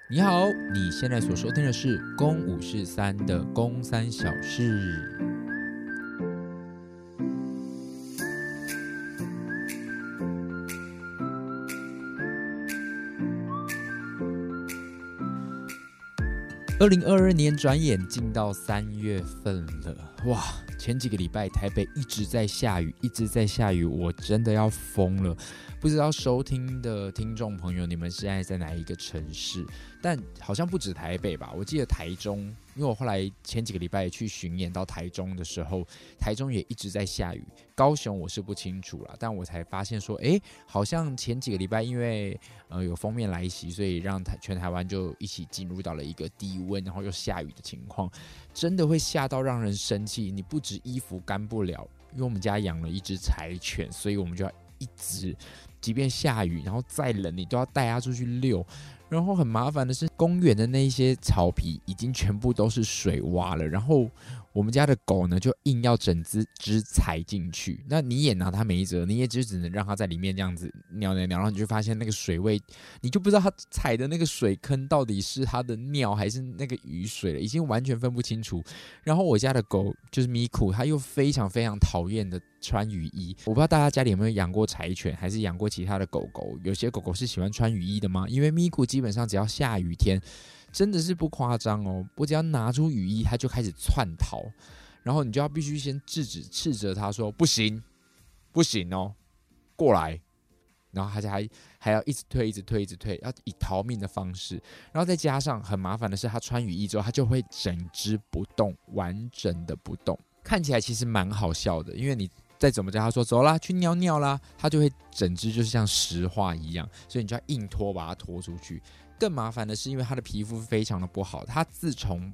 你好，你现在所收听的是公五是三的公三小事。2022年转眼进到3月份了，哇！前几个礼拜台北一直在下雨，我真的要疯了。不知道收听的听众朋友，你们现在在哪一个城市？但好像不止台北吧，我记得台中，因为我后来前几个礼拜去巡演到台中的时候，台中也一直在下雨。高雄我是不清楚啦，但我才发现说，好像前几个礼拜因为有锋面来袭，所以让全台湾就一起进入到了一个低温，然后又下雨的情况，真的会下到让人生气。你不止衣服干不了，因为我们家养了一只柴犬，所以我们就要一直，即便下雨，然后再冷，你都要带它出去遛。然后很麻烦的是，公园的那一些草皮已经全部都是水洼了，然后我们家的狗呢，就硬要整只踩进去。那你也拿它没辙，你也只能让它在里面这样子尿，然后你就发现那个水味，你就不知道它踩的那个水坑到底是它的尿还是那个雨水了，已经完全分不清楚。然后我家的狗就是咪库，它又非常非常讨厌的穿雨衣。我不知道大家家里有没有养过柴犬，还是养过其他的狗狗？有些狗狗是喜欢穿雨衣的吗？因为咪库基本上只要下雨天，真的是不夸张哦，我只要拿出雨衣，它就开始窜逃，然后你就要必须先斥责它说不行，不行哦，过来。然后还要一直退，要以逃命的方式。然后再加上很麻烦的是，它穿雨衣之后，它就会整只不动，完整的不动，看起来其实蛮好笑的，因为你再怎么叫它说走啦，去尿尿啦，它就会整只就是像石化一样，所以你就要硬拖把它拖出去。更麻烦的是，因为它的皮肤非常的不好，它自从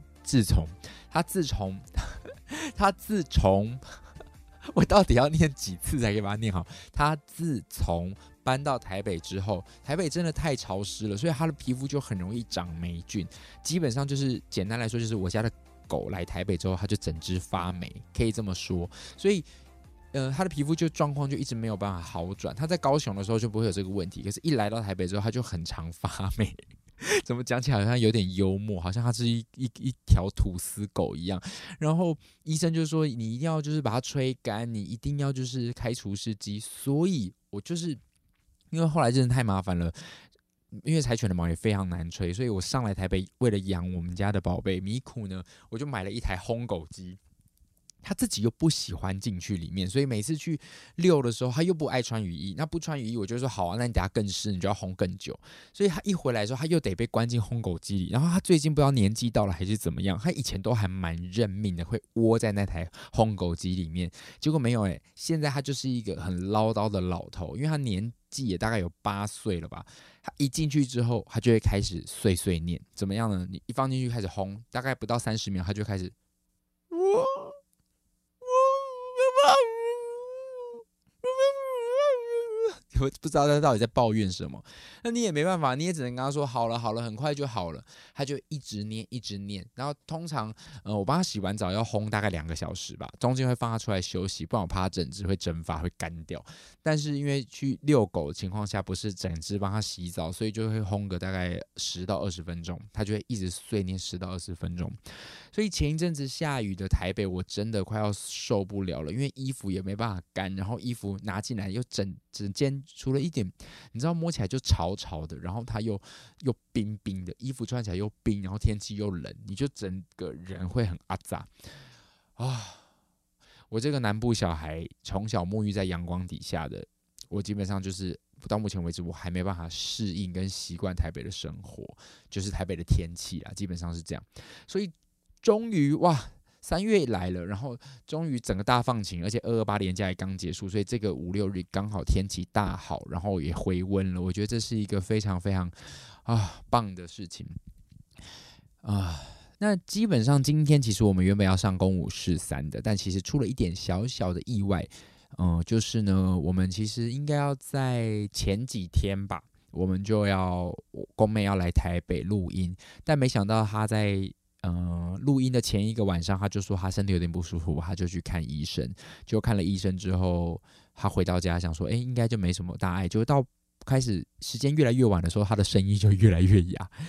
我到底要念几次才可以把它念好？它自从搬到台北之后，台北真的太潮湿了，所以它的皮肤就很容易长霉菌。基本上就是简单来说，就是我家的狗来台北之后，它就整只发霉，可以这么说。所以他的皮肤就状况就一直没有办法好转。他在高雄的时候就不会有这个问题，可是一来到台北之后，他就很常发霉。怎么讲起来好像有点幽默，好像它是一条吐司狗一样。然后医生就说你一定要就是把它吹干，你一定要就是开除湿机。所以我就是因为后来真的太麻烦了。因为柴犬的毛也非常难吹，所以我上来台北为了养我们家的宝贝米库呢，我就买了一台烘狗机。他自己又不喜欢进去里面，所以每次去遛的时候，他又不爱穿雨衣。那不穿雨衣，我就说好啊，那你等下更湿，你就要烘更久。所以他一回来的时候，他又得被关进烘狗机里。然后他最近不知道年纪到了还是怎么样，他以前都还蛮认命的，会窝在那台烘狗机里面。结果没有现在他就是一个很唠叨的老头，因为他年纪也大概有8岁了吧。他一进去之后，他就会开始碎碎念，怎么样呢？你一放进去开始烘，大概不到30秒，他就开始。我不知道他到底在抱怨什么，那你也没办法，你也只能跟他说好了，很快就好了。他就一直念，然后通常我帮他洗完澡要烘大概2个小时吧，中间会放他出来休息，不然我怕他整只会蒸发会干掉。但是因为去遛狗的情况下，不是整只帮他洗澡，所以就会烘个大概10到20分钟，他就会一直碎念10到20分钟。所以前一阵子下雨的台北，我真的快要受不了了，因为衣服也没办法干，然后衣服拿进来又整件除了一点，你知道摸起来就潮潮的，然后它又冰冰的，衣服穿起来又冰，然后天气又冷，你就整个人会很阿杂啊！我这个南部小孩从小沐浴在阳光底下的，我基本上就是到目前为止我还没办法适应跟习惯台北的生活，就是台北的天气啦，基本上是这样。所以终于哇，3月来了，然后终于整个大放晴，而且228连假也刚结束，所以这个5、6日刚好天气大好，然后也回温了。我觉得这是一个非常非常棒的事情啊。那基本上今天其实我们原本要上公5是3的，但其实出了一点小小的意外，就是呢，我们其实应该要在前几天吧，我们就要公妹要来台北录音，但没想到她在录音的前一个晚上，他就说他身体有点不舒服，他就去看医生。就看了医生之后，他回到家想说，应该就没什么大碍。就到开始时间越来越晚的时候，他的声音就越来越哑，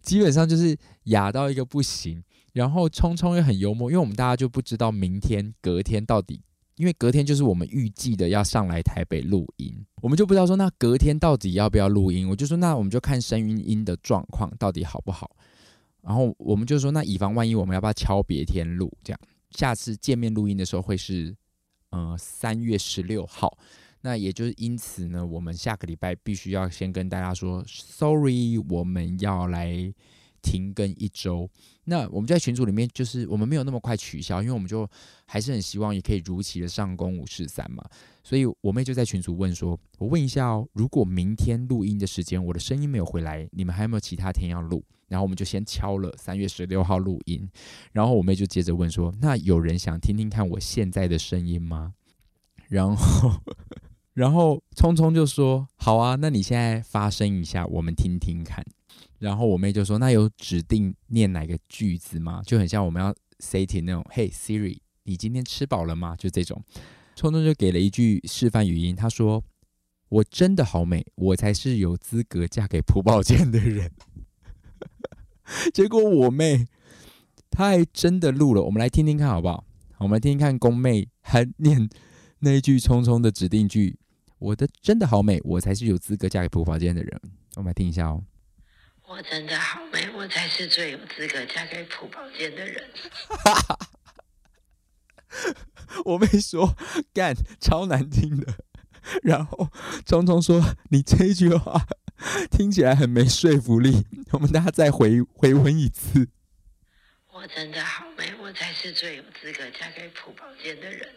基本上就是哑到一个不行。然后聪聪也很幽默，因为我们大家就不知道明天隔天到底，因为隔天就是我们预计的要上来台北录音，我们就不知道说那隔天到底要不要录音。我就说那我们就看声音的状况到底好不好，然后我们就说那以防万一我们要不要敲别天录，这样下次见面录音的时候会是3月16号。那也就是因此呢，我们下个礼拜必须要先跟大家说 sorry， 我们要来停更1周。那我们在群组里面就是我们没有那么快取消，因为我们就还是很希望也可以如期的上公543嘛，所以我妹就在群组问说，我问一下哦，如果明天录音的时间我的声音没有回来，你们还有没有其他天要录？然后我们就先敲了3月16号录音，然后我妹就接着问说，那有人想听听看我现在的声音吗？然后聪聪就说好啊，那你现在发声一下我们听听看。然后我妹就说那有指定念哪个句子吗？就很像我们要 setting 那种 Hey Siri 你今天吃饱了吗？就这种。聪聪就给了一句示范语音，他说我真的好美，我才是有资格嫁给朴宝剑的人。结果我妹她还真的录了，我们来听听看好不好？我们来听听看宫妹还念那一句聪聪的指定句，我的真的好美，我才是有资格嫁给朴宝剑的人。我们来听一下哦。 我真的好美，我才是最有资格嫁给朴宝剑的人。 我妹说干超难听的，然后聪聪说你这一句话听起来很没说服力，我们大家再回温一次。 我真的好美，我才是最有资格嫁给朴宝剑的人。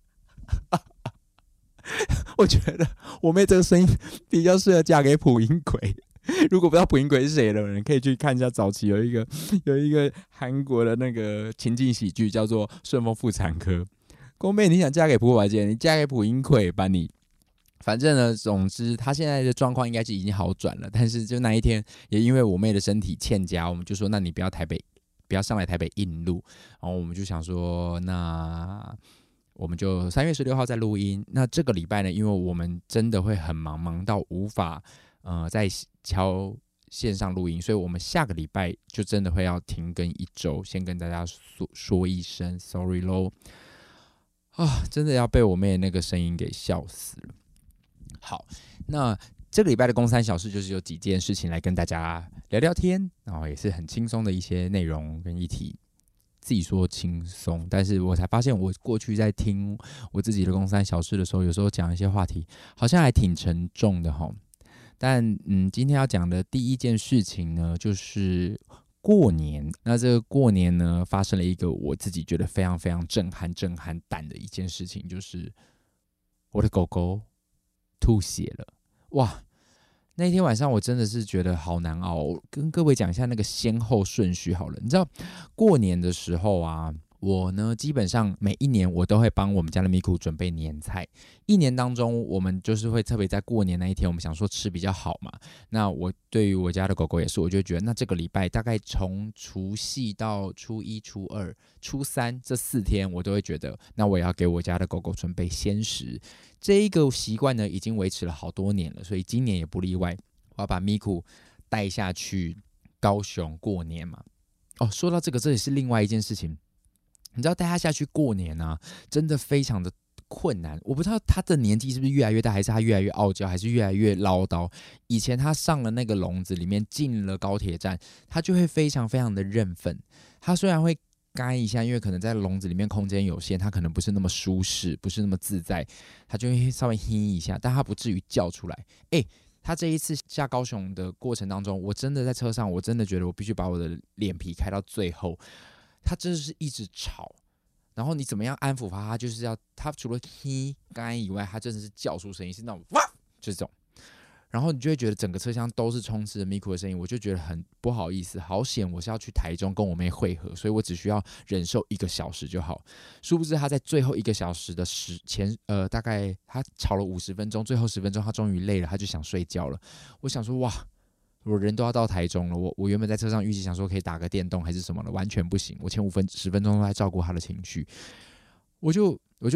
我觉得我妹这个声音比较适合嫁给朴英奎。如果不知道朴英奎是谁的人，可以去看一下早期有一个韩国的那个情景喜剧叫做《顺风妇产科》。宫妹，你想嫁给朴宝剑，你嫁给朴英奎吧你。反正呢，总之他现在的状况应该是已经好转了，但是就那一天也因为我妹的身体欠佳，我们就说那你不要上来台北硬录，然后我们就想说那我们就3月16号再录音。那这个礼拜呢，因为我们真的会很忙到无法在敲线上录音，所以我们下个礼拜就真的会要停更1周，先跟大家说一声 sorry 咯。真的要被我妹的那个声音给笑死了。好，那这个礼拜的公三小事就是有几件事情来跟大家聊聊天，然后也是很轻松的一些内容跟议题。自己说轻松，但是我才发现我过去在听我自己的公三小事的时候，有时候讲一些话题好像还挺沉重的齁。但今天要讲的第一件事情呢，就是过年。那这个过年呢，发生了一个我自己觉得非常非常震撼胆的一件事情，就是我的狗狗吐血了。哇！那天晚上我真的是觉得好难熬。我跟各位讲一下那个先后顺序好了。你知道过年的时候啊，我呢基本上每一年我都会帮我们家的咪咕准备年菜。一年当中我们就是会特别在过年那一天，我们想说吃比较好嘛。那我对于我家的狗狗也是，我就觉得那这个礼拜大概从除夕到初一、初二、初三这4天，我都会觉得那我也要给我家的狗狗准备鲜食。这一个习惯呢，已经维持了好多年了，所以今年也不例外。我要把咪咕带下去高雄过年嘛。说到这个，这也是另外一件事情。你知道带他下去过年啊，真的非常的困难。我不知道他的年纪是不是越来越大，还是他越来越傲娇，还是越来越唠叨。以前他上了那个笼子里面，进了高铁站，他就会非常非常的认份。他虽然会干一下，因为可能在笼子里面空间有限，他可能不是那么舒适，不是那么自在，他就会稍微哼一下，但他不至于叫出来。他这一次下高雄的过程当中，我真的在车上，我真的觉得我必须把我的脸皮开到最后。他真的是一直吵，然后你怎么样安抚他，他就是要他除了哼干以外，他真的是叫出声音，是那种哇，就是这种。然后你就会觉得整个车厢都是充斥着咪咕的声音，我就觉得很不好意思，好险我是要去台中跟我妹会合，所以我只需要忍受1个小时就好。殊不知他在最后1个小时的大概他吵了50分钟，最后10分钟他终于累了，他就想睡觉了。我想说哇，我人都要到台中了，我原本在车上预计想说可以打个电动还是什么的，完全不行。我前10分钟都在照顾他的情绪，我就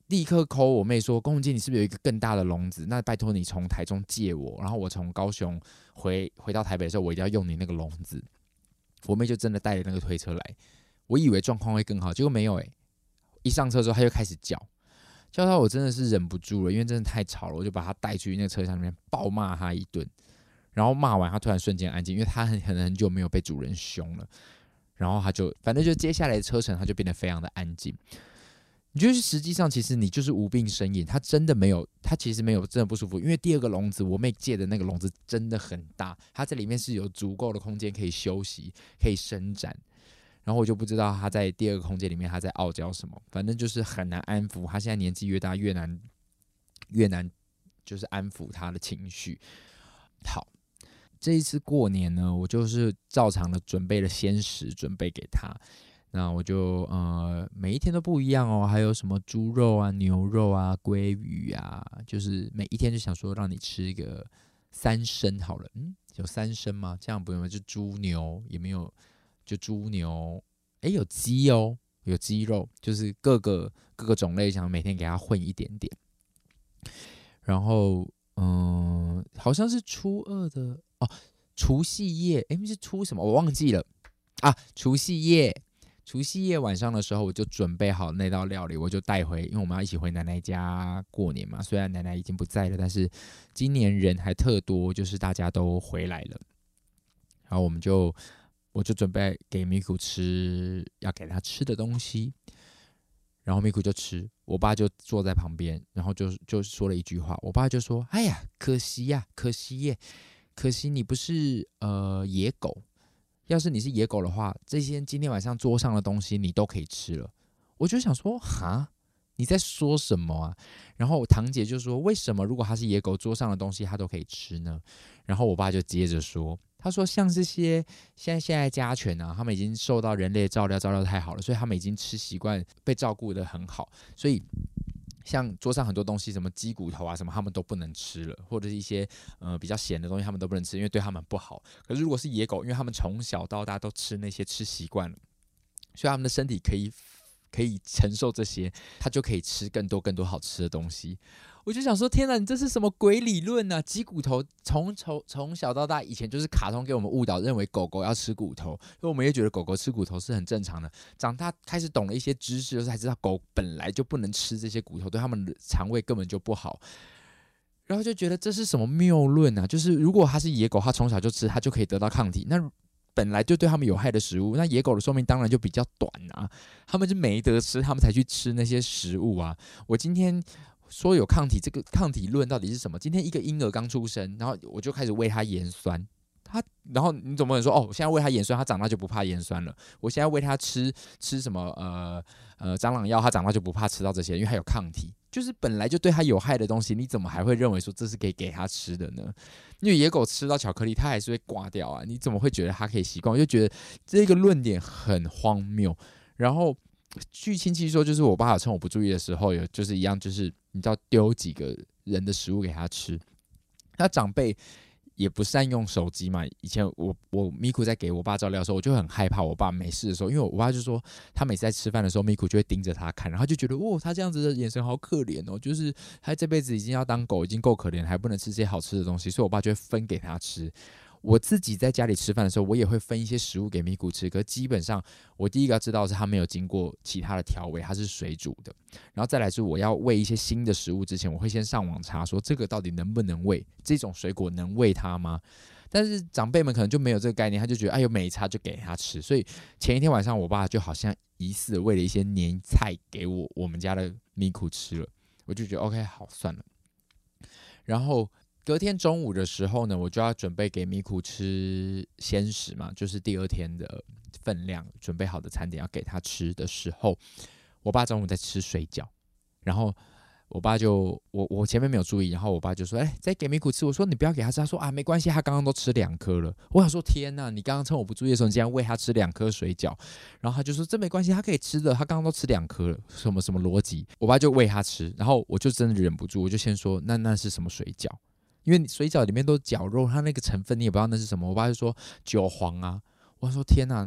立刻 call 我妹说，龚文杰你是不是有一个更大的笼子？那拜托你从台中借我，然后我从高雄回到台北的时候，我一定要用你那个笼子。我妹就真的带了那个推车来，我以为状况会更好，结果没有一上车之后她就开始叫到我真的是忍不住了，因为真的太吵了，我就把她带出去那个车厢里面暴骂她一顿。然后骂完，她突然瞬间安静，因为她可能很久没有被主人凶了。然后她就反正就接下来的车程，她就变得非常的安静。你就是实际上其实你就是无病呻吟，她真的没有，她其实没有真的不舒服，因为第二个笼子我妹借的那个笼子真的很大，她在里面是有足够的空间可以休息，可以伸展。然后我就不知道她在第二个空间里面她在傲娇什么，反正就是很难安抚。她现在年纪越大越难就是安抚她的情绪。好，这一次过年呢，我就是照常的准备了鲜食准备给她。那我就每一天都不一样哦，还有什么猪肉啊、牛肉啊、鲑鱼啊，就是每一天就想说让你吃一个3牲好了。有3牲吗？这样不用，就猪牛也没有，就猪牛，有鸡哦，有鸡肉，就是各个种类，想每天给它混一点点。然后好像是初2的哦，除夕夜，是初什么我忘记了啊，除夕夜晚上的时候，我就准备好那道料理，我就带回，因为我们要一起回奶奶家过年嘛。虽然奶奶已经不在了，但是今年人还特多，就是大家都回来了。然后我就准备给米库吃要给他吃的东西，然后米库就吃，我爸就坐在旁边，然后就说了一句话，我爸就说：“哎呀，可惜呀，可惜耶，可惜你不是野狗。”要是你是野狗的话，这些今天晚上桌上的东西你都可以吃了。我就想说，哈，你在说什么啊？然后我堂姐就说，为什么如果他是野狗，桌上的东西他都可以吃呢？然后我爸就接着说，他说像这些现在家犬啊，他们已经受到人类照料太好了，所以他们已经吃习惯，被照顾得很好，所以像桌上很多东西，什么鸡骨头啊什么，他们都不能吃了，或者是一些比较咸的东西，他们都不能吃，因为对他们不好。可是如果是野狗，因为他们从小到大都吃那些，吃习惯了，所以他们的身体可以承受这些，他就可以吃更多好吃的东西。我就想说，天哪，你这是什么鬼理论啊？鸡骨头从小到大，以前就是卡通给我们误导，认为狗狗要吃骨头，因为我们也觉得狗狗吃骨头是很正常的。长大开始懂了一些知识，就是才知道狗本来就不能吃这些骨头，对他们的肠胃根本就不好。然后就觉得这是什么谬论啊？就是如果它是野狗，它从小就吃，它就可以得到抗体。那本来就对他们有害的食物，那野狗的寿命当然就比较短啊。他们就没得吃，他们才去吃那些食物啊。我今天说有抗体，这个抗体论到底是什么？今天一个婴儿刚出生，然后我就开始喂他盐酸，然后你总不能说我现在喂他盐酸，他长大就不怕盐酸了。我现在喂他吃什么蟑螂药，他长大就不怕吃到这些，因为他有抗体。就是本来就对他有害的东西，你怎么还会认为说这是可以给他吃的呢？因为野狗吃到巧克力，它还是会挂掉啊，你怎么会觉得它可以习惯？我就觉得这个论点很荒谬。然后据亲戚说，就是我爸有趁我不注意的时候，有就是一样，就是你知道丢几个人的食物给他吃。那长辈也不善用手机嘛。以前我咪咕在给我爸照料的时候，我就很害怕我爸没事的时候，因为我爸就说他每次在吃饭的时候，咪咕就会盯着他看，然后他就觉得他这样子的眼神好可怜哦，就是他这辈子已经要当狗，已经够可怜，还不能吃这些好吃的东西，所以我爸就会分给他吃。我自己在家里吃饭的时候，我也会分一些食物给咪咕吃，可是基本上我第一个要知道的是它没有经过其他的调味，它是水煮的。然后再来是我要喂一些新的食物之前，我会先上网查说这个到底能不能喂，这种水果能喂它吗？但是长辈们可能就没有这个概念，他就觉得没差就给他吃。所以前一天晚上我爸就好像疑似的喂了一些年菜给我们家的咪咕吃了，我就觉得 OK 好算了。然后隔天中午的时候呢，我就要准备给咪咕吃鲜食嘛，就是第二天的分量准备好的餐点要给他吃的时候，我爸中午在吃水饺，然后我爸就我前面没有注意，然后我爸就说：“再给咪咕吃。”我说：“你不要给他吃。”他说：“没关系，他刚刚都吃2颗了。”我想说：“天哪，你刚刚趁我不注意的时候，你竟然喂他吃2颗水饺。”然后他就说：“这没关系，他可以吃的，他刚刚都吃2颗了。”什么逻辑？我爸就喂他吃，然后我就真的忍不住，我就先说：“那是什么水饺？”因为水饺里面都是绞肉，它那个成分你也不知道那是什么。我爸就说韭黄啊，我说天哪，那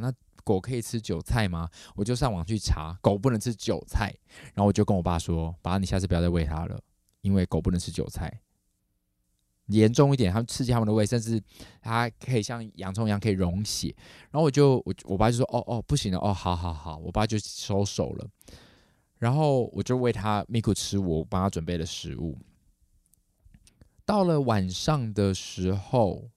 狗可以吃韭菜吗？我就上网去查，狗不能吃韭菜。然后我就跟我爸说，爸，你下次不要再喂它了，因为狗不能吃韭菜。严重一点，他们刺激他们的胃，甚至它可以像洋葱一样可以溶血。然后我爸就说，哦不行了，哦好，我爸就收手了。然后我就喂他咪咕吃我帮他准备的食物。到了晚上的时候，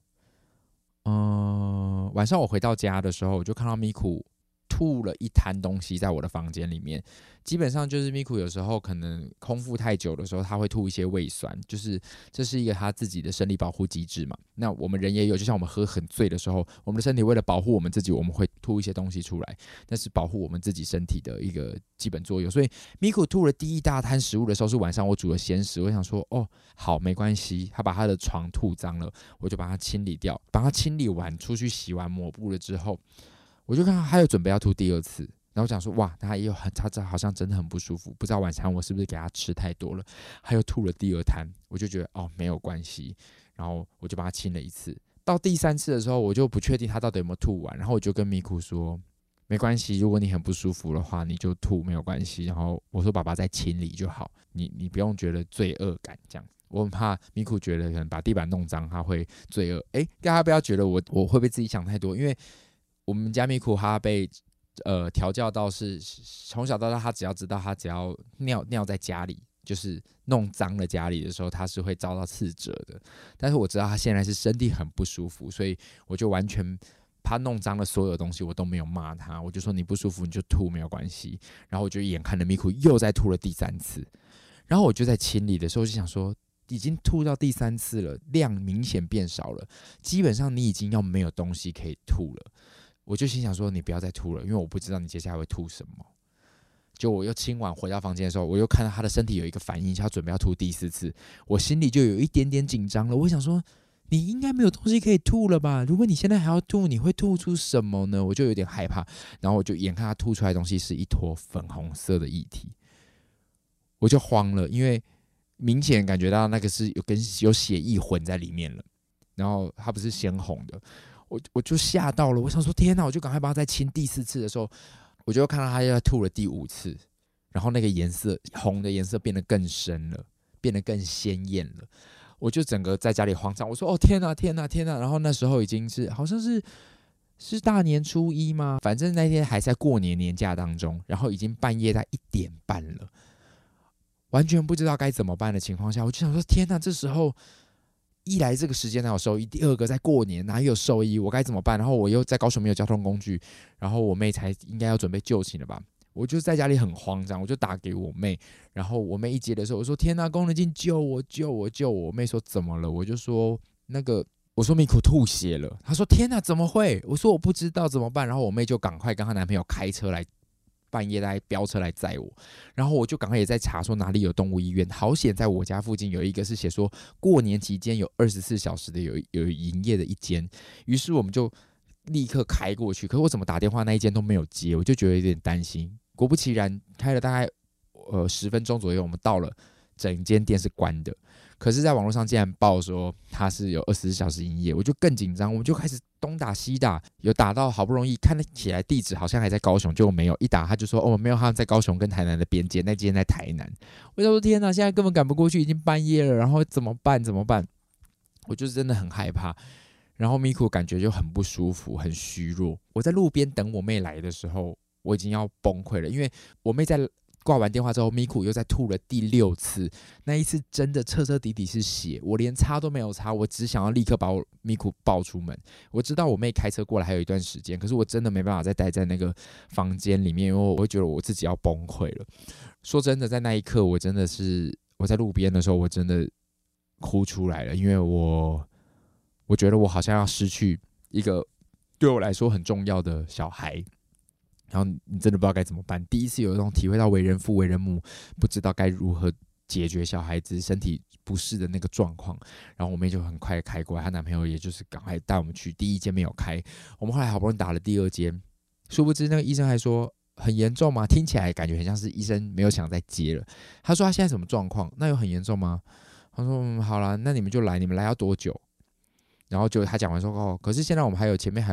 晚上我回到家的时候，我就看到咪咕吐了一滩东西在我的房间里面。基本上就是咪咕有时候可能空腹太久的时候，他会吐一些胃酸，就是这是一个他自己的生理保护机制嘛。那我们人也有，就像我们喝很醉的时候，我们的身体为了保护我们自己，我们会吐一些东西出来，那是保护我们自己身体的一个基本作用。所以咪咕吐了第一大滩食物的时候，是晚上我煮的咸食，我想说，哦，好，没关系，他把他的床吐脏了，我就把它清理掉，把它清理完，出去洗完抹布了之后，我就看到他有准备要吐第二次。然后我想说，哇，他好像真的很不舒服，不知道晚餐我是不是给他吃太多了，他又吐了第二滩，我就觉得哦没有关系，然后我就帮他清了一次。到第三次的时候，我就不确定他到底有没有吐完，然后我就跟咪咕说，没关系，如果你很不舒服的话，你就吐没有关系。然后我说爸爸再清理就好，你不用觉得罪恶感这样。我很怕咪咕觉得可能把地板弄脏他会罪恶，大家不要觉得我会不会自己想太多，因为我们家咪咕他被调教到是从小到大，他只要知道他只要尿在家里，就是弄脏了家里的时候，他是会遭到斥责的。但是我知道他现在是身体很不舒服，所以我就完全他弄脏了所有东西，我都没有骂他，我就说你不舒服你就吐没有关系。然后我就眼看着咪咕又再吐了第三次，然后我就在清理的时候就想说，已经吐到第三次了，量明显变少了，基本上你已经要没有东西可以吐了。我就心想说，你不要再吐了，因为我不知道你接下来会吐什么。就我又清完回到房间的时候，我又看到他的身体有一个反应，他准备要吐第四次，我心里就有一点点紧张了。我想说，你应该没有东西可以吐了吧？如果你现在还要吐，你会吐出什么呢？我就有点害怕，然后我就眼看他吐出来的东西是一坨粉红色的液体，我就慌了，因为明显感觉到那个是有血液混在里面了，然后它不是鲜红的。我就吓到了，我想说天哪！我就赶快帮他再清第四次的时候，我就看到他又吐了第五次，然后那个颜色红的颜色变得更深了，变得更鲜艳了。我就整个在家里慌张，我说哦天哪天哪天哪！然后那时候已经是好像是大年初一吗？反正那天还在过年假当中，然后已经半夜在1点半了，完全不知道该怎么办的情况下，我就想说天哪！这时候一来这个时间哪有兽医，第二个在过年哪有兽医，我该怎么办？然后我又在高雄没有交通工具，然后我妹才应该要准备就寝了吧，我就在家里很慌张，我就打给我妹，然后我妹一接的时候，我说天哪，功能镜救我救我救我！我妹说怎么了？我就说我说咪咕吐血了，她说天哪怎么会？我说我不知道怎么办，然后我妹就赶快跟她男朋友开车来。半夜来飙车来载我，然后我就赶快也在查说哪里有动物医院。好险，在我家附近有一个是写说过年期间有24小时的有营业的一间，于是我们就立刻开过去。可是我怎么打电话那一间都没有接，我就觉得有点担心。果不其然，开了大概10分钟左右，我们到了，整间店是关的。可是，在网络上竟然报说它是有24小时营业，我就更紧张，我们就开始东打西打，有打到好不容易看起来地址好像还在高雄，结果没有，一打他就说哦没有，他在高雄跟台南的边界，那间在台南。我就说天哪，现在根本赶不过去，已经半夜了，然后怎么办？我就是真的很害怕。然后咪咕感觉就很不舒服，很虚弱。我在路边等我妹来的时候，我已经要崩溃了，因为我妹在挂完电话之后，咪咕又再吐了第6次，那一次真的彻彻底底是血，我连擦都没有擦，我只想要立刻把我咪咕抱出门。我知道我妹开车过来还有一段时间，可是我真的没办法再待在那个房间里面，因为我会觉得我自己要崩溃了。说真的，在那一刻，我真的是我在路边的时候，我真的哭出来了，因为我觉得我好像要失去一个对我来说很重要的小孩。然后你真的不知道该怎么办，第一次有一种体会到为人父为人母不知道该如何解决小孩子身体不适的那个状况。然后我妹就很快开过来，她男朋友也就是赶快带我们去，第一间没有开，我们后来好不容易打了第2间，殊不知那个医生还说很严重吗？听起来感觉很像是医生没有想再接了。他说他现在什么状况？那有很严重吗？他说好啦，那你们就来，你们来要多久？然后就他讲完说哦，可是现在我们前面还有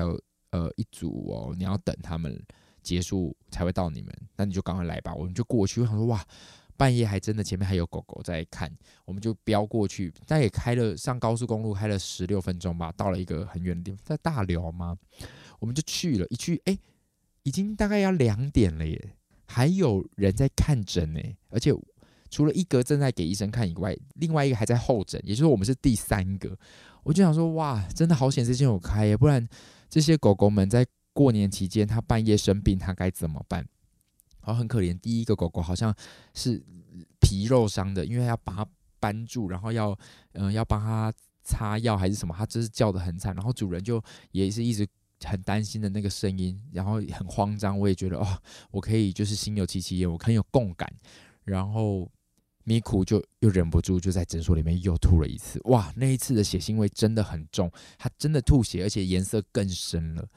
一组哦，你要等他们结束才会到你们，那你就赶快来吧。我们就过去，我想说哇，半夜还真的前面还有狗狗在看，我们就飙过去。但也开了上高速公路开了16分钟吧，到了一个很远的地方，在大寮吗？我们就去了，一去已经大概要2点了耶，还有人在看诊呢，而且除了一个正在给医生看以外，另外一个还在候诊，也就是我们是第3个。我就想说，哇，真的好险这间有开耶，不然这些狗狗们在过年期间，它半夜生病，它该怎么办？然后很可怜，第一个狗狗好像是皮肉伤的，因为要把它搬住，然后要帮它擦药还是什么，它真是叫得很惨，然后主人就也是一直很担心的那个声音，然后很慌张。我也觉得哦，我可以就是心有戚戚焉，我很有共感。然后咪咕就又忍不住就在诊所里面又吐了一次，哇，那一次的血腥味真的很重，它真的吐血，而且颜色更深了。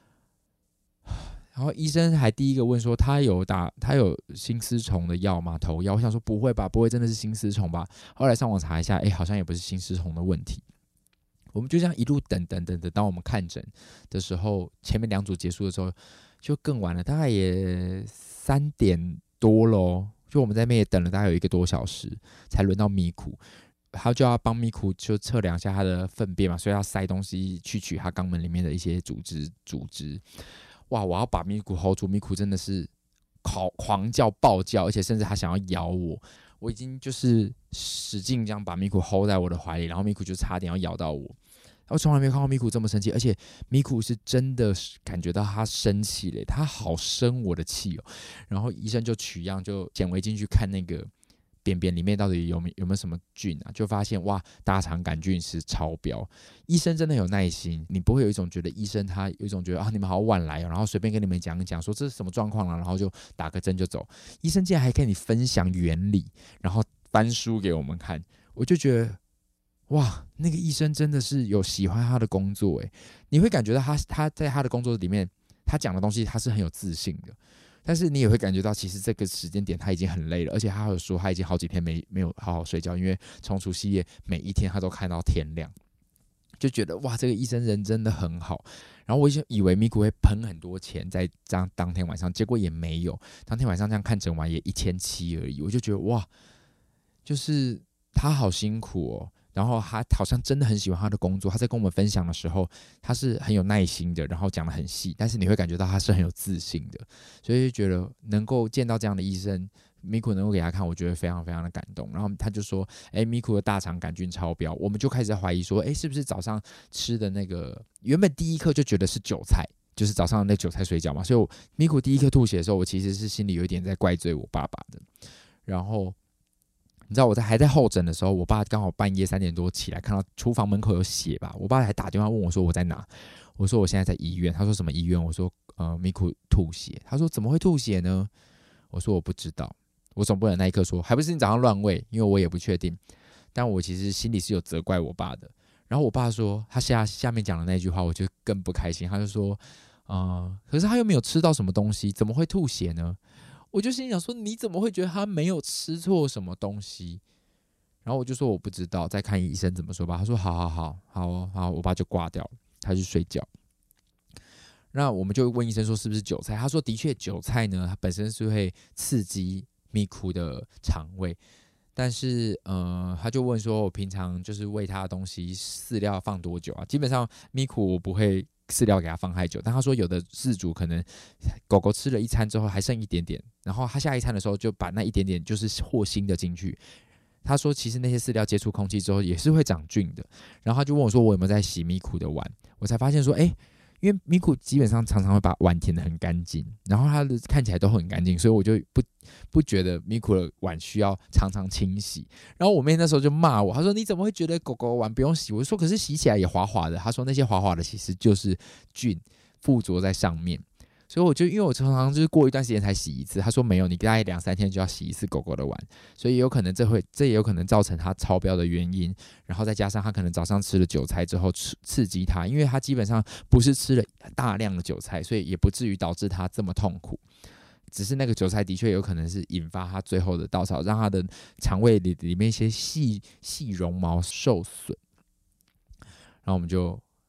然后医生还第一个问说他有心丝虫的药吗？头药？我想说不会吧，不会真的是心丝虫吧？后来上网查一下，好像也不是心丝虫的问题。我们就这样一路等，当我们看诊的时候，前面2组结束的时候就更晚了，大概也3点多咯。就我们在那边也等了大概有1个多小时，才轮到咪咕。他就要帮咪咕就测量一下他的粪便嘛，所以要塞东西去取他肛门里面的一些组织。哇！我要把咪咕 hold 住，咪咕真的是狂叫暴叫，而且甚至他想要咬我。我已经就是使劲这样把咪咕 hold 在我的怀里，然后咪咕就差点要咬到我。我从来没有看过咪咕这么生气，而且咪咕是真的感觉到他生气了，他好生我的气哦。然后医生就取样，就显微镜去看那个便便里面到底有没有什么菌啊？就发现哇，大肠杆菌是超标。医生真的有耐心，你不会有一种觉得医生他有一种觉得啊，你们好晚来哦，然后随便跟你们讲说这是什么状况了，然后就打个针就走。医生竟然还跟你分享原理，然后翻书给我们看，我就觉得哇，那个医生真的是有喜欢他的工作诶，你会感觉到他在他的工作里面，他讲的东西他是很有自信的。但是你也会感觉到，其实这个时间点他已经很累了，而且他有说他已经好几天没有好好睡觉，因为从除夕夜每一天他都看到天亮，就觉得哇，这个医生人真的很好。然后我以为咪咕会喷很多钱在这样当天晚上，结果也没有，当天晚上这样看诊完也1700而已，我就觉得哇，就是他好辛苦哦。然后他好像真的很喜欢他的工作，他在跟我们分享的时候，他是很有耐心的，然后讲得很细，但是你会感觉到他是很有自信的，所以就觉得能够见到这样的医生，咪咕能够给他看，我觉得非常非常的感动。然后他就说，咪咕的大肠杆菌超标，我们就开始怀疑说，是不是早上吃的那个，原本第一颗就觉得是韭菜，就是早上的那韭菜水饺嘛，所以咪咕第一颗吐血的时候，我其实是心里有一点在怪罪我爸爸的。然后你知道我还在候诊的时候，我爸刚好半夜3点多起来，看到厨房门口有血吧，我爸还打电话问我说我在哪，我说我现在在医院，他说什么医院？我说咪咕吐血，他说怎么会吐血呢？我说我不知道，我总不能那一刻说还不是你早上乱喂，因为我也不确定，但我其实心里是有责怪我爸的。然后我爸说他下面讲的那句话，我就更不开心，他就说可是他又没有吃到什么东西，怎么会吐血呢？我就心里想说，你怎么会觉得他没有吃错什么东西？然后我就说我不知道，再看医生怎么说吧。他说好，我爸就挂掉了，他去睡觉。那我们就问医生说是不是韭菜？他说的确韭菜呢，它本身是会刺激咪咕的肠胃，但是他就问说我平常就是喂他的东西饲料放多久啊？基本上咪咕我不会饲料给他放太久，但他说有的饲主可能狗狗吃了一餐之后还剩一点点，然后他下一餐的时候就把那一点点就是和新的进去。他说其实那些饲料接触空气之后也是会长菌的，然后他就问我说我有没有在洗咪咕的碗，我才发现说因为咪咕基本上常常会把碗舔得很干净，然后它的看起来都很干净，所以我就不觉得咪咕的碗需要常常清洗。然后我妹那时候就骂我，她说你怎么会觉得狗狗碗不用洗？我就说可是洗起来也滑滑的。她说那些滑滑的其实就是菌附着在上面。所以我就因为我常常就是过一段时间才洗一次，他说没有，你大概2-3天就要洗一次狗狗的碗，所以有可能这也有可能造成它超标的原因。然后再加上他可能早上吃了韭菜之后刺激它，因为他基本上不是吃了大量的韭菜，所以也不至于导致他这么痛苦。只是那个韭菜的确有可能是引发他最后的稻草，让他的肠胃里面一些细绒毛受损。然后我们就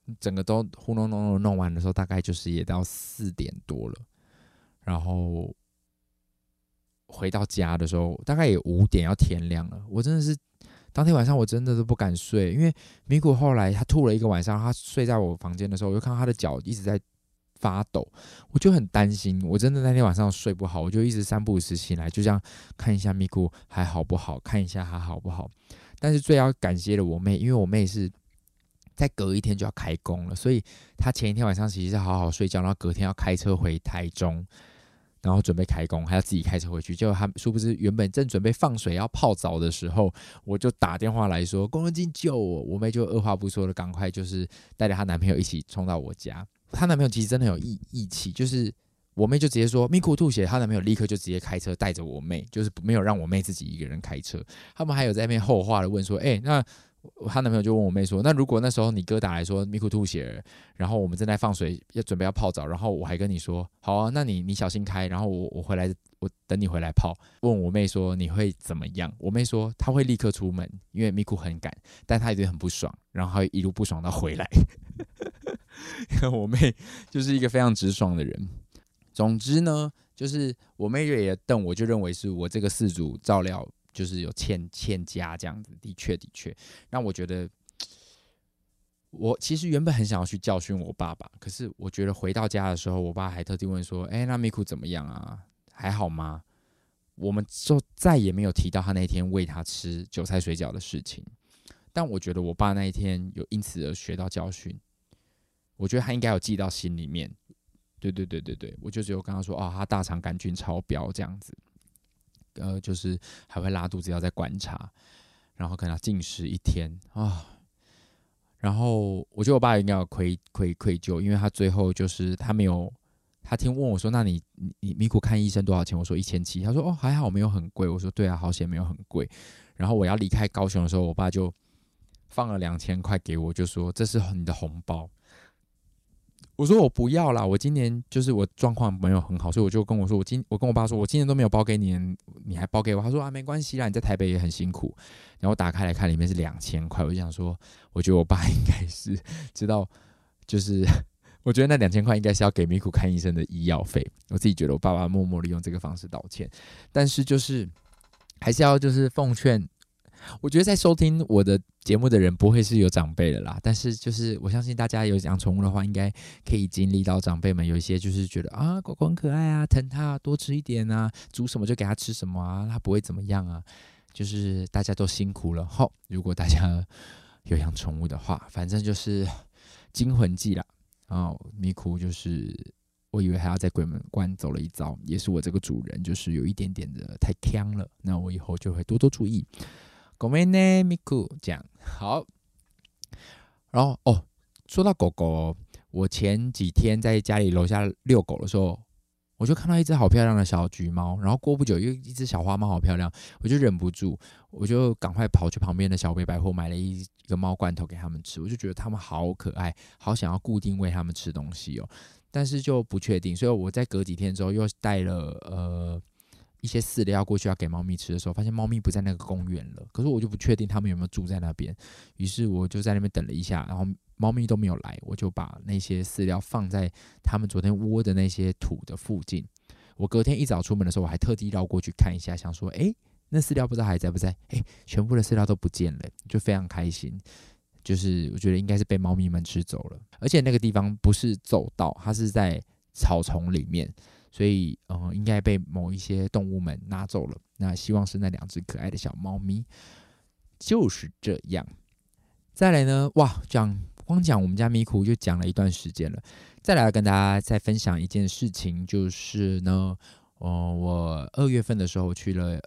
整个都糊弄弄弄完的时候，大概就是也到4点多了，然后回到家的时候，大概也5点要天亮了。我真的是当天晚上我真的都不敢睡，因为米谷后来他吐了一个晚上，他睡在我房间的时候，我就看到他的脚一直在发抖，我就很担心。我真的那天晚上睡不好，我就一直3不5时醒来，就这样看一下米谷还好不好，看一下他好不好。但是最要感谢的我妹，因为我妹是在隔一天就要开工了，所以她前一天晚上其实是好好睡觉，然后隔天要开车回台中，然后准备开工，还要自己开车回去。结果她殊不知原本正准备放水要泡澡的时候，我就打电话来说工人进救我，我妹就二话不说的赶快就是带着她男朋友一起冲到我家。她男朋友其实真的很有义气，就是我妹就直接说咪咕吐血，她男朋友立刻就直接开车带着我妹，就是没有让我妹自己一个人开车。他们还有在那边后话的问说，那她男朋友就问我妹说，那如果那时候你哥打来说咪咕吐血了，然后我们正在放水准备要泡澡，然后我还跟你说好啊，那你小心开，然后我回来我等你回来泡。问我妹说你会怎么样？我妹说她会立刻出门，因为咪咕很赶，但她一定很不爽，然后她会一路不爽到回来。我妹就是一个非常直爽的人。总之呢，就是我妹也瞪我，就认为是我这个4组照料就是有欠家这样子。的确，让我觉得，我其实原本很想要去教训我爸爸，可是我觉得回到家的时候，我爸还特地问说：“那米库怎么样啊？还好吗？”我们就再也没有提到他那天喂他吃韭菜水饺的事情。但我觉得我爸那一天有因此而学到教训。我觉得他应该有记到心里面，对，我就只有跟他说，他大肠杆菌超标这样子，就是还会拉肚子，要再观察，然后可能要禁食1天啊。然后我觉得我爸应该有愧疚，因为他最后就是他没有，他问我说，那你米谷看医生多少钱？我说1700，他说还好没有很贵，我说对啊，好险没有很贵。然后我要离开高雄的时候，我爸就放了2000块给我，就说这是你的红包。我说我不要啦，我今年就是我状况没有很好，所以我就跟我跟我爸说，我今年都没有包给你，你还包给我？他说没关系啦，你在台北也很辛苦。然后打开来看，里面是2000块，我就想说，我觉得我爸应该是知道，就是我觉得那2000块应该是要给米谷看医生的医药费。我自己觉得我爸爸默默的用这个方式道歉，但是就是还是要就是奉劝。我觉得在收听我的节目的人不会是有长辈的啦，但是就是我相信大家有养宠物的话，应该可以经历到长辈们有一些就是觉得狗狗很可爱啊，疼它多吃一点啊，煮什么就给它吃什么啊，它不会怎么样啊，就是大家都辛苦了。如果大家有养宠物的话，反正就是惊魂记啦。咪咕就是我以为还要在鬼门关走了一遭，也是我这个主人就是有一点点的太呛了，那我以后就会多多注意。狗妹呢，咪咕这样好。然后说到狗狗，我前几天在家里楼下遛狗的时候，我就看到一只好漂亮的小橘猫，然后过不久又一只小花猫好漂亮，我就忍不住，我就赶快跑去旁边的小北百货买了一个猫罐头给他们吃，我就觉得他们好可爱，好想要固定喂他们吃东西哦，但是就不确定，所以我在隔几天之后又带了一些饲料过去要给猫咪吃的时候，发现猫咪不在那个公园了，可是我就不确定他们有没有住在那边，于是我就在那边等了一下，然后猫咪都没有来，我就把那些饲料放在他们昨天窝的那些土的附近。我隔天一早出门的时候，我还特地绕过去看一下，想说那饲料不知道还在不在，全部的饲料都不见了，就非常开心。就是我觉得应该是被猫咪们吃走了，而且那个地方不是走道，它是在草丛里面，所以应该被某一些动物们拿走了。那希望是那2只可爱的小猫咪。就是这样。再来呢，光讲我们家咪咕就讲了一段时间了。再来跟大家再分享一件事情，就是呢，我2月份的时候去了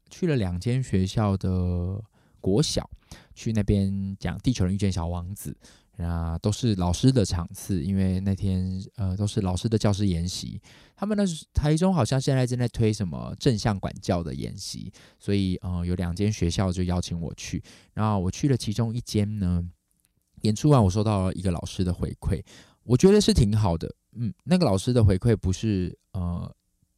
2间学校的国小，去那边讲《地球人遇见小王子》。都是老师的场次，因为那天都是老师的教师研习。他们台中好像现在正在推什么正向管教的研习，所以有2间学校就邀请我去。然后我去了其中一间呢，演出完我收到了一个老师的回馈，我觉得是挺好的。那个老师的回馈不是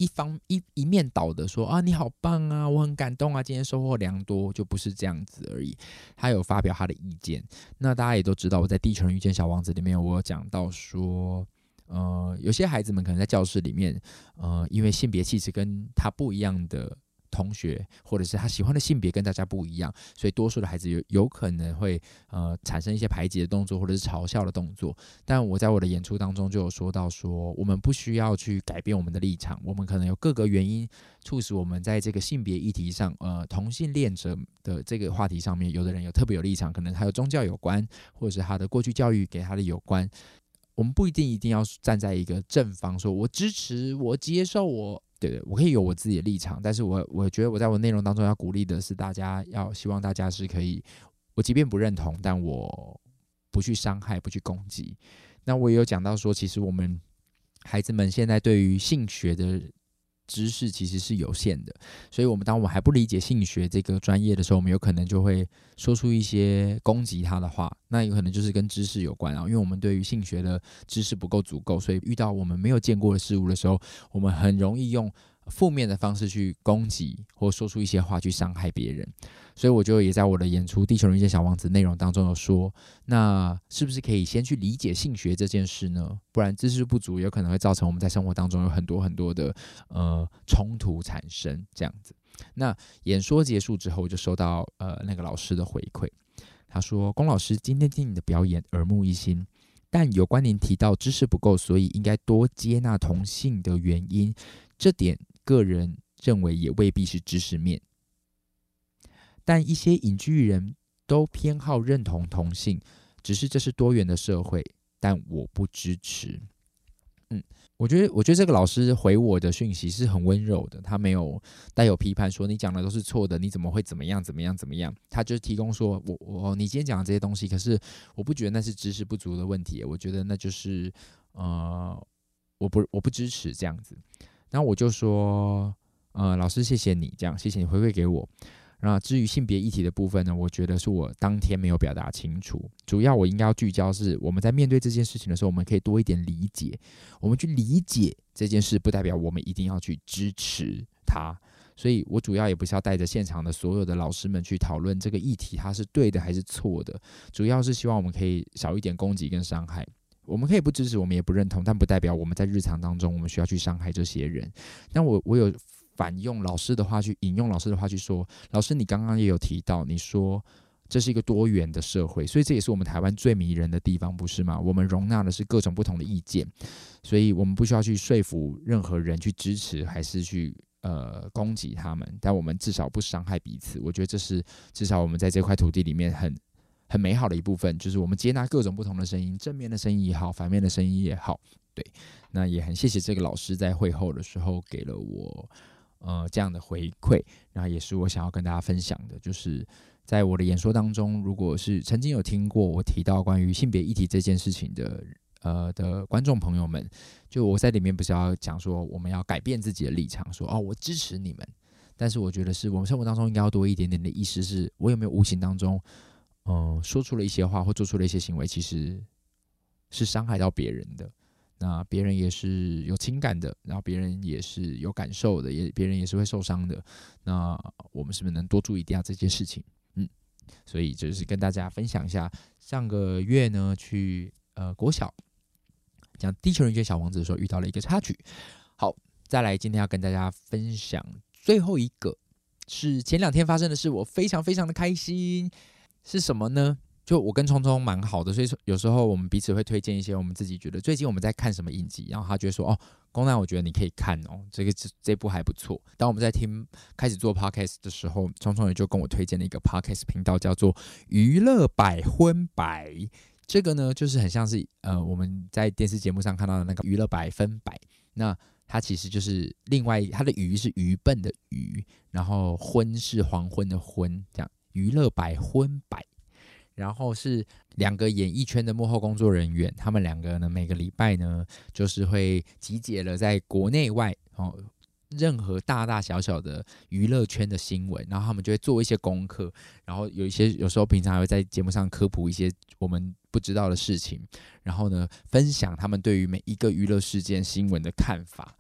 一面倒的说啊，你好棒啊，我很感动啊，今天收获良多，就不是这样子而已。他有发表他的意见。那大家也都知道，我在《地球人遇见小王子》里面，我有讲到说，有些孩子们可能在教室里面，因为性别气质跟他不一样的同学，或者是他喜欢的性别跟大家不一样，所以多数的孩子有可能会产生一些排挤的动作，或者是嘲笑的动作。但我在我的演出当中就有说到说，我们不需要去改变我们的立场，我们可能有各个原因促使我们在这个性别议题上，同性恋者的这个话题上面，有的人有特别有立场，可能还有宗教有关，或者是他的过去教育给他的有关。我们不一定要站在一个正方，说我支持，我接受，对，我可以有我自己的立场，但是我觉得我在我内容当中要鼓励的是大家，希望大家是可以，我即便不认同，但我不去伤害，不去攻击。那我也有讲到说，其实我们孩子们现在对于性学的知识其实是有限的，所以当我们还不理解性学这个专业的时候，我们有可能就会说出一些攻击他的话，那有可能就是跟知识有关啊，因为我们对于性学的知识不够足够，所以遇到我们没有见过的事物的时候，我们很容易用负面的方式去攻击或说出一些话去伤害别人。所以我就也在我的演出《地球人遇见小王子》内容当中有说，那是不是可以先去理解性学这件事呢？不然知识不足有可能会造成我们在生活当中有很多很多的冲突产生这样子。那演说结束之后，我就收到那个老师的回馈，他说：龚老师，今天听你的表演耳目一新，但有关您提到知识不够，所以应该多接纳同性的原因，这点个人认为也未必是知识面。但一些隐居人都偏好认同同性，只是这是多元的社会，但我不支持。我觉得这个老师回我的讯息是很温柔的，他没有带有批判说你讲的都是错的，你怎么会怎么样怎么样怎么样，他就提供说你今天讲的这些东西，可是我不觉得那是知识不足的问题，我觉得那就是我不支持这样子。然后我就说老师谢谢你这样，谢谢你回馈给我。那至于性别议题的部分呢，我觉得是我当天没有表达清楚，主要我应该要聚焦是我们在面对这件事情的时候，我们可以多一点理解，我们去理解这件事，不代表我们一定要去支持它。所以我主要也不是要带着现场的所有的老师们去讨论这个议题它是对的还是错的，主要是希望我们可以少一点攻击跟伤害。我们可以不支持，我们也不认同，但不代表我们在日常当中我们需要去伤害这些人。那我有反用老师的话去引用老师的话去说，老师你刚刚也有提到，你说这是一个多元的社会，所以这也是我们台湾最迷人的地方，不是吗？我们容纳的是各种不同的意见，所以我们不需要去说服任何人去支持还是去攻击他们，但我们至少不伤害彼此。我觉得这是至少我们在这块土地里面很美好的一部分，就是我们接纳各种不同的声音，正面的声音也好，反面的声音也好。对，那也很谢谢这个老师在会后的时候给了我这样的回馈，然后也是我想要跟大家分享的，就是在我的演说当中，如果是曾经有听过我提到关于性别议题这件事情的观众朋友们，就我在里面不是要讲说我们要改变自己的立场，说我支持你们，但是我觉得是我们生活当中应该要多一点点的意识，是我有没有无形当中说出了一些话或做出了一些行为，其实是伤害到别人的。那别人也是有情感的，然后别人也是有感受的，别人也是会受伤的。那我们是不是能多注意一下这件事情？所以就是跟大家分享一下，上个月呢去国小讲《地球人遇见小王子》的时候遇到了一个插曲。好，再来今天要跟大家分享最后一个，是前2天发生的事，我非常非常的开心。是什么呢？就我跟聪聪蛮好的，所以有时候我们彼此会推荐一些我们自己觉得最近我们在看什么影集，然后他就会说公男我觉得你可以看这部还不错。当我们在开始做 podcast 的时候，聪聪也就跟我推荐了一个 podcast 频道，叫做娱乐百分百。这个呢就是很像是我们在电视节目上看到的那个娱乐100%，那它其实就是另外它的娱是愚笨的愚，然后昏是黄昏的昏，这样娱乐100%。然后是2个演艺圈的幕后工作人员，他们2个呢每个礼拜呢就是会集结了在国内外任何大大小小的娱乐圈的新闻，然后他们就会做一些功课，然后有时候平常还会在节目上科普一些我们不知道的事情，然后呢分享他们对于每一个娱乐事件新闻的看法。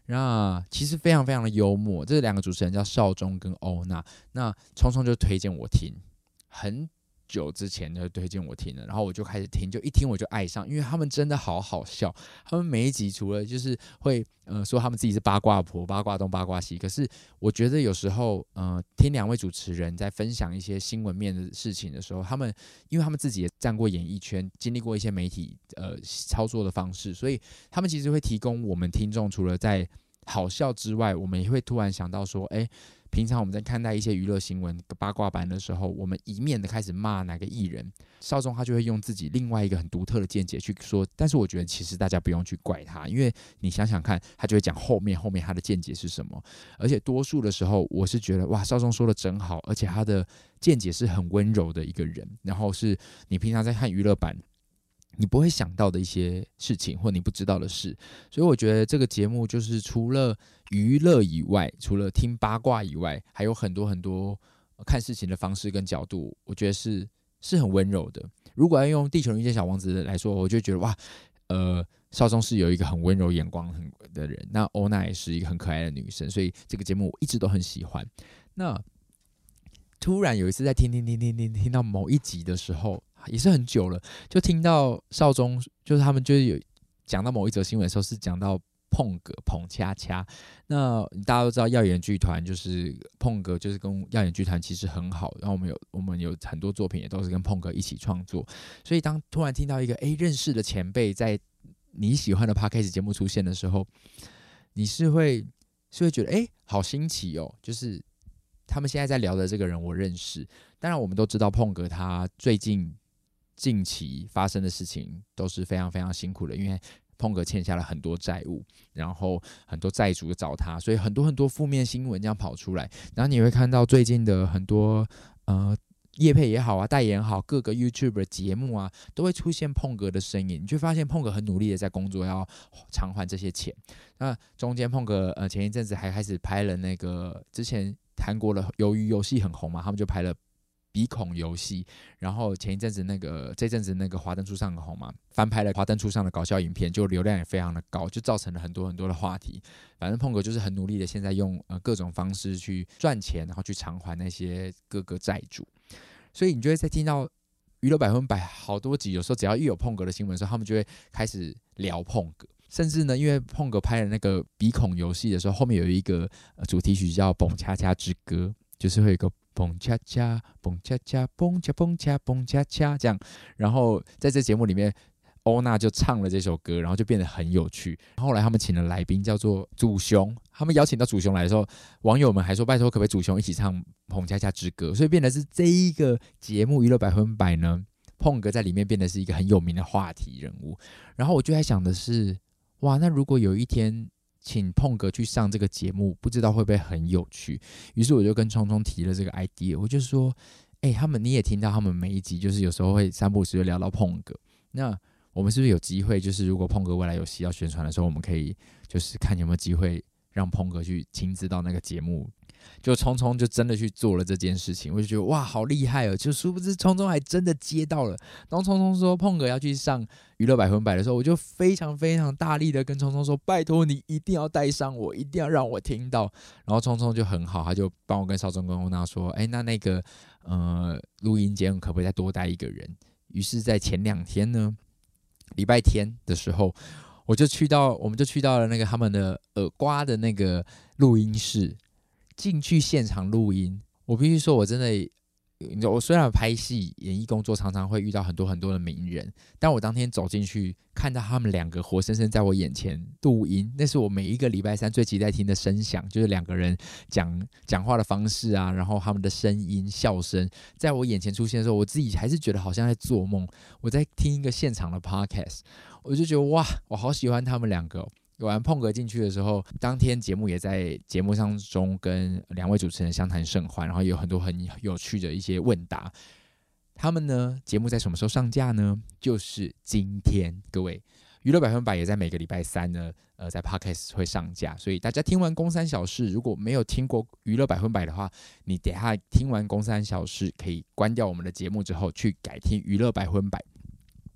那其实非常非常的幽默。这两个主持人叫少忠跟欧娜，那聪聪就推荐我听，很久之前就推荐我听了，然后我就开始听，就一听我就爱上，因为他们真的好好笑。他们每一集除了就是会说他们自己是八卦婆、八卦东、八卦西，可是我觉得有时候听两位主持人在分享一些新闻面的事情的时候，因为他们自己也站过演艺圈，经历过一些媒体操作的方式，所以他们其实会提供我们听众除了在好笑之外，我们也会突然想到说，平常我们在看待一些娱乐新闻八卦版的时候，我们一面的开始骂哪个艺人，少宗他就会用自己另外一个很独特的见解去说，但是我觉得其实大家不用去怪他，因为你想想看，他就会讲后面他的见解是什么，而且多数的时候我是觉得哇，少宗说的真好，而且他的见解是很温柔的一个人，然后是你平常在看娱乐版你不会想到的一些事情或你不知道的事，所以我觉得这个节目就是除了娱乐以外，除了听八卦以外，还有很多很多看事情的方式跟角度，我觉得是很温柔的。如果要用《地球人遇见小王子》来说，我就觉得哇，少宗是有一个很温柔眼光的人，那欧娜也是一个很可爱的女生，所以这个节目我一直都很喜欢。那突然有一次在听到某一集的时候，也是很久了，就听到少宗就是他们就是有讲到某一则新闻的时候，是讲到碰哥彭恰恰。那大家都知道耀眼剧团就是碰哥，就是跟耀眼剧团其实很好，然后我们有很多作品也都是跟碰哥一起创作，所以当突然听到一个认识的前辈在你喜欢的 podcast 节目出现的时候，你是会觉得好新奇哦，就是他们现在在聊的这个人我认识。当然我们都知道碰哥他近期发生的事情都是非常非常辛苦的，因为碰哥欠下了很多债务，然后很多债主找他，所以很多很多负面新闻这样跑出来。然后你会看到最近的很多业配也好啊，代言也好，各个 YouTube 的节目啊，都会出现碰哥的身影。你就发现碰哥很努力的在工作，要偿还这些钱。那中间碰哥前一阵子还开始拍了那个之前韩国的鱿鱼游戏很红嘛，他们就拍了鼻孔游戏，然后这阵子那个华灯初上很红嘛，翻拍了华灯初上的搞笑影片，就流量也非常的高，就造成了很多很多的话题。反正碰哥就是很努力的，现在用各种方式去赚钱，然后去偿还那些各个债主。所以你就会在听到娱乐100%好多集，有时候只要一有碰哥的新闻的时候，他们就会开始聊碰哥。甚至呢，因为碰哥拍了那个鼻孔游戏的时候，后面有一个主题曲叫《蹦恰恰之歌》，就是会有一个蹦恰恰蹦恰恰蹦恰蹦恰蹦恰恰这样，然后在这节目里面，欧娜就唱了这首歌，然后就变得很有趣。后来他们请了来宾叫做祖雄，他们邀请到祖雄来的时候，网友们还说拜托可不可以祖雄一起唱《蹦恰恰之歌》，所以变得是这一个节目娱乐100%呢，碰哥在里面变得是一个很有名的话题人物。然后我就在想的是，哇，那如果有一天请碰哥去上这个节目，不知道会不会很有趣？于是我就跟聪聪提了这个 idea， 我就说，你也听到他们每一集就是有时候会三不五时就聊到碰哥，那我们是不是有机会，就是如果碰哥未来有戏要宣传的时候，我们可以就是看有没有机会让碰哥去亲自到那个节目。就聪聪就真的去做了这件事情，我就觉得哇，好厉害哦！就殊不知聪聪还真的接到了。当聪聪说碰哥要去上娱乐100%的时候，我就非常非常大力的跟聪聪说，拜托你一定要带上我，一定要让我听到。然后聪聪就很好，他就帮我跟少宗跟欧娜说，那个录音间可不可以再多带一个人？于是，在前2天呢，礼拜天的时候，我们就去到了那个他们的耳瓜的那个录音室。进去现场录音，我必须说，我真的，我虽然拍戏、演艺工作常常会遇到很多很多的名人，但我当天走进去，看到他们2个活生生在我眼前录音，那是我每一个礼拜3最期待听的声响，就是2个人讲话的方式啊，然后他们的声音、笑声，在我眼前出现的时候，我自己还是觉得好像在做梦，我在听一个现场的 podcast， 我就觉得哇，我好喜欢他们2个哦。有完碰哥进去的时候，当天节目也在节目当中跟2位主持人相谈甚欢，然后也有很多很有趣的一些问答。他们呢，节目在什么时候上架呢？就是今天，各位，娱乐100%也在每个礼拜3呢，在 Podcast 会上架，所以大家听完公三小事，如果没有听过娱乐100%的话，你等一下听完公三小事，可以关掉我们的节目之后，去改听娱乐100%。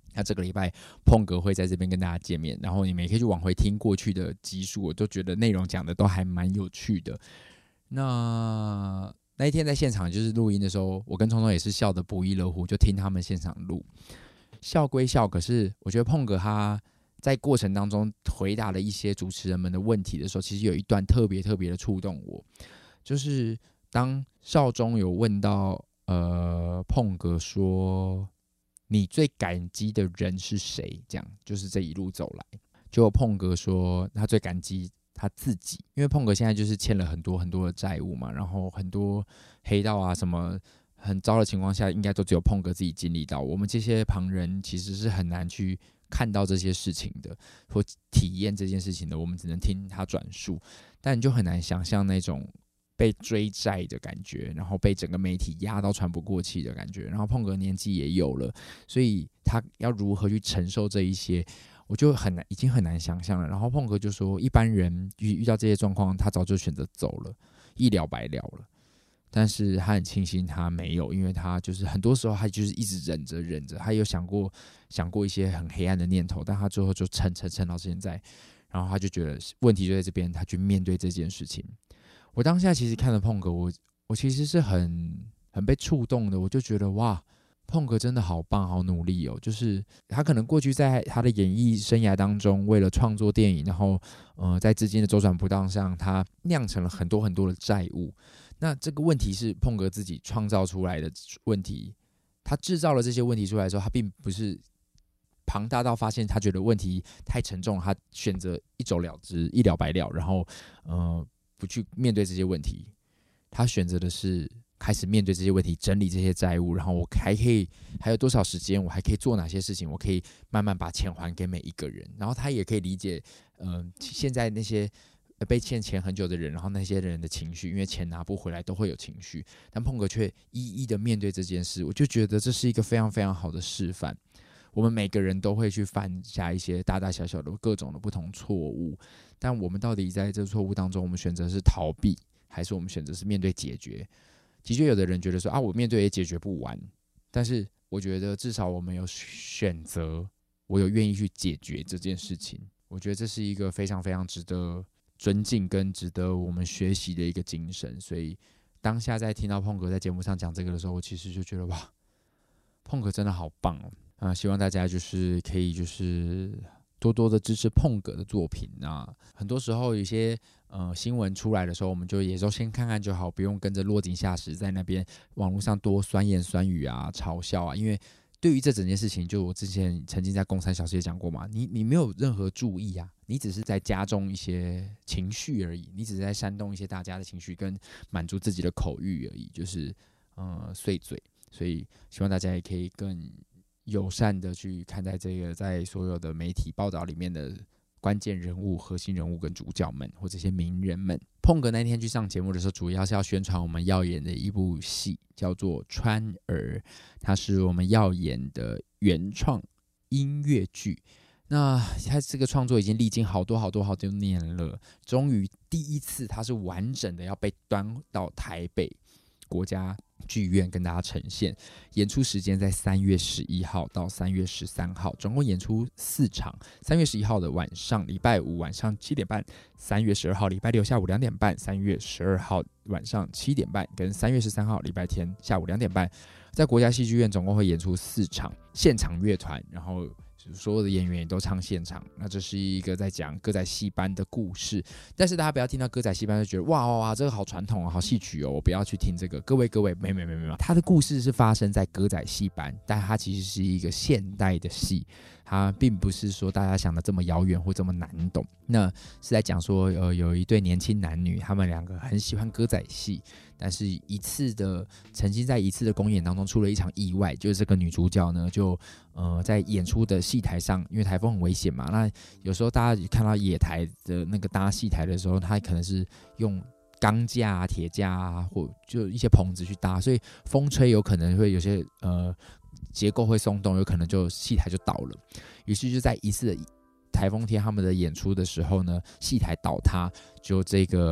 那这个礼拜碰哥会在这边跟大家见面，然后你们也可以去往回听过去的集数，我都觉得内容讲的都还蛮有趣的。那一天在现场就是录音的时候，我跟聪聪也是笑得不亦乐乎，就听他们现场录，笑归笑，可是我觉得碰哥他在过程当中回答了一些主持人们的问题的时候，其实有一段特别的触动我，就是当少中有问到碰哥说你最感激的人是谁，这样就是这一路走来，就碰哥说他最感激他自己，因为碰哥现在就是欠了很多的债务嘛，然后很多黑道啊什么很糟的情况下，应该都只有碰哥自己经历到，我们这些旁人其实是很难去看到这些事情的，或体验这件事情的，我们只能听他转述，但你就很难想象那种被追债的感觉，然后被整个媒体压到喘不过气的感觉，然后碰哥年纪也有了，所以他要如何去承受这一些，我就已经很难想象了。然后碰哥就说，一般人遇到这些状况，他早就选择走了，一了百了了。但是他很庆幸他没有，因为他就是很多时候他就是一直忍着，他有想过一些很黑暗的念头，但他最后就撑到现在，然后他就觉得问题就在这边，他去面对这件事情。我当下其实看了碰哥，我其实是很被触动的，我就觉得哇，碰哥真的好棒，好努力哦！就是他可能过去在他的演艺生涯当中，为了创作电影，然后在资金的周转不当上，他酿成了很多的债务。那这个问题是碰哥自己创造出来的问题，他制造了这些问题出来之后，他并不是庞大到发现他觉得问题太沉重，他选择一走了之，一了百了，然后不去面对这些问题，他选择的是开始面对这些问题，整理这些债务，然后我还有多少时间，我还可以做哪些事情，我可以慢慢把钱还给每一个人，然后他也可以理解，现在那些被欠钱很久的人，然后那些人的情绪，因为钱拿不回来都会有情绪，但碰哥却一一的面对这件事，我就觉得这是一个非常非常好的示范。我们每个人都会去犯下一些大大小小的各种的不同错误，但我们到底在这错误当中，我们选择是逃避，还是我们选择是面对解决？的确，有的人觉得说啊，我面对也解决不完，但是我觉得至少我们有选择，我有愿意去解决这件事情。我觉得这是一个非常非常值得尊敬跟值得我们学习的一个精神。所以当下在听到碰哥在节目上讲这个的时候，我其实就觉得哇，碰哥真的好棒哦！希望大家就是可以就是多多的支持碰哥的作品啊。很多时候有些新闻出来的时候，我们就也都先看看就好，不用跟着落井下石，在那边网络上多酸言酸语啊、嘲笑啊。因为对于这整件事情，就我之前曾经在公三小时也讲过嘛，你没有任何注意啊，你只是在加重一些情绪而已，你只是在煽动一些大家的情绪，跟满足自己的口欲而已，就是碎嘴。所以希望大家也可以更友善的去看待这个在所有的媒体报道里面的关键人物、核心人物跟主角们或这些名人们。碰哥那天去上节目的时候，主要是要宣传我们耀眼的一部戏，叫做《川儿》，它是我们耀眼的原创音乐剧。那它这个创作已经历经好多年了，终于第一次它是完整的要被端到台北国家剧院跟大家呈现。演出时间在3月11号到3月13号，总共演出4场。3月11号的晚上，礼拜五晚上7点半；3月12号礼拜六下午2点半；3月12号晚上7点半，跟3月13号礼拜天下午2点半。在国家戏剧院总共会演出4场，现场乐团，然后所有的演员也都唱现场。那这是一个在讲歌仔戏班的故事，但是大家不要听到歌仔戏班就觉得哇这个好传统好戏曲哦，我不要去听这个。各位，没，他的故事是发生在歌仔戏班，但它其实是一个现代的戏，它并不是说大家想的这么遥远或这么难懂。那是在讲说有一对年轻男女，他们两个很喜欢歌仔戏，但是曾经在一次的公演当中出了一场意外，就是这个女主角呢就在演出的戏台上，因为台风很危险嘛，那有时候大家看到野台的那个搭戏台的时候，它可能是用钢架啊、铁架啊，或就一些棚子去搭，所以风吹有可能会有些结构会松动，有可能就戏台就倒了。于是就在一次的台风天他们的演出的时候呢，戏台倒塌，就这个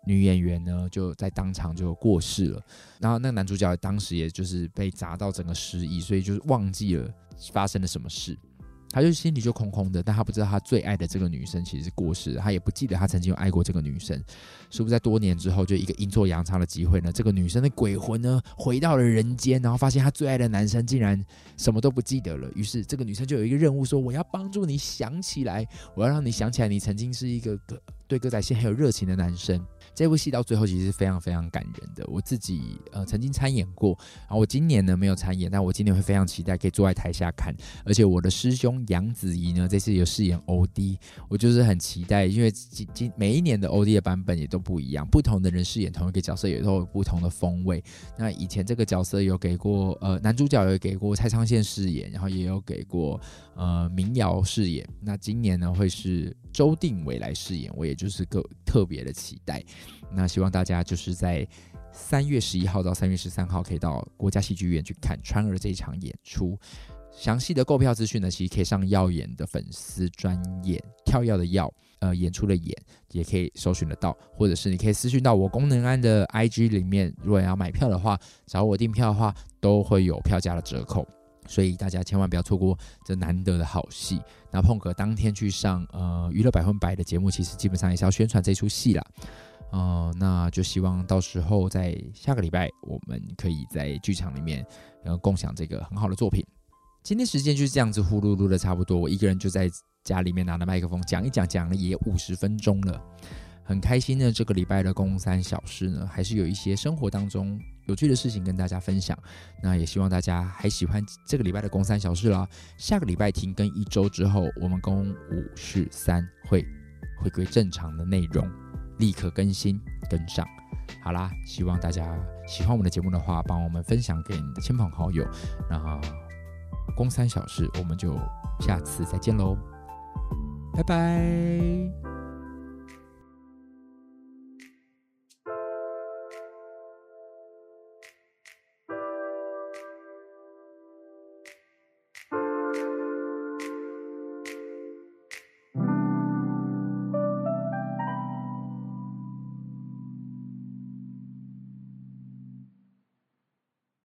女演员呢就在当场就过世了，然后那个男主角当时也就是被砸到整个失忆，所以就是忘记了发生了什么事，他就心里就空空的，但他不知道他最爱的这个女生其实是过世了，他也不记得他曾经有爱过这个女生。殊不知在多年之后，就一个阴错阳差的机会呢，这个女生的鬼魂呢回到了人间，然后发现她最爱的男生竟然什么都不记得了。于是这个女生就有一个任务说，我要帮助你想起来，我要让你想起来你曾经是一个对歌仔戏很有热情的男生。这部戏到最后其实是非常非常感人的，我自己曾经参演过，然后我今年呢没有参演，但我今年会非常期待可以坐在台下看，而且我的师兄杨子怡呢这次有饰演欧弟，我就是很期待，因为每一年的欧弟的版本也都不一样，不同的人饰演同一个角色也都有不同的风味。那以前这个角色有给过男主角有给过蔡昌宪饰演，然后也有给过民谣饰演，那今年呢会是周定伟来饰演，我也就是个特别的期待。那希望大家就是在3月11号到3月13号可以到国家戏剧院去看川儿这一场演出。详细的购票资讯呢，其实可以上耀眼的粉丝专页，跳跃的耀，演出的演，也可以搜寻得到，或者是你可以私讯到我功能安的 IG 里面，如果要买票的话，找我订票的话，都会有票价的折扣。所以大家千万不要错过这难得的好戏。那碰哥当天去上娱乐100%的节目，其实基本上也是要宣传这出戏啦。那就希望到时候在下个礼拜，我们可以在剧场里面共享这个很好的作品。今天时间就是这样子呼噜噜的差不多，我一个人就在家里面拿着麦克风讲一讲，讲了也50分钟了。很开心呢，这个礼拜的公三小事呢，还是有一些生活当中有趣的事情跟大家分享。那也希望大家还喜欢这个礼拜的公三小事啦。下个礼拜停更1周之后，我们公5、4、3会回归正常的内容，立刻更新跟上。好啦，希望大家喜欢我们的节目的话，帮我们分享给你的亲朋好友。那公三小事，我们就下次再见喽，拜拜。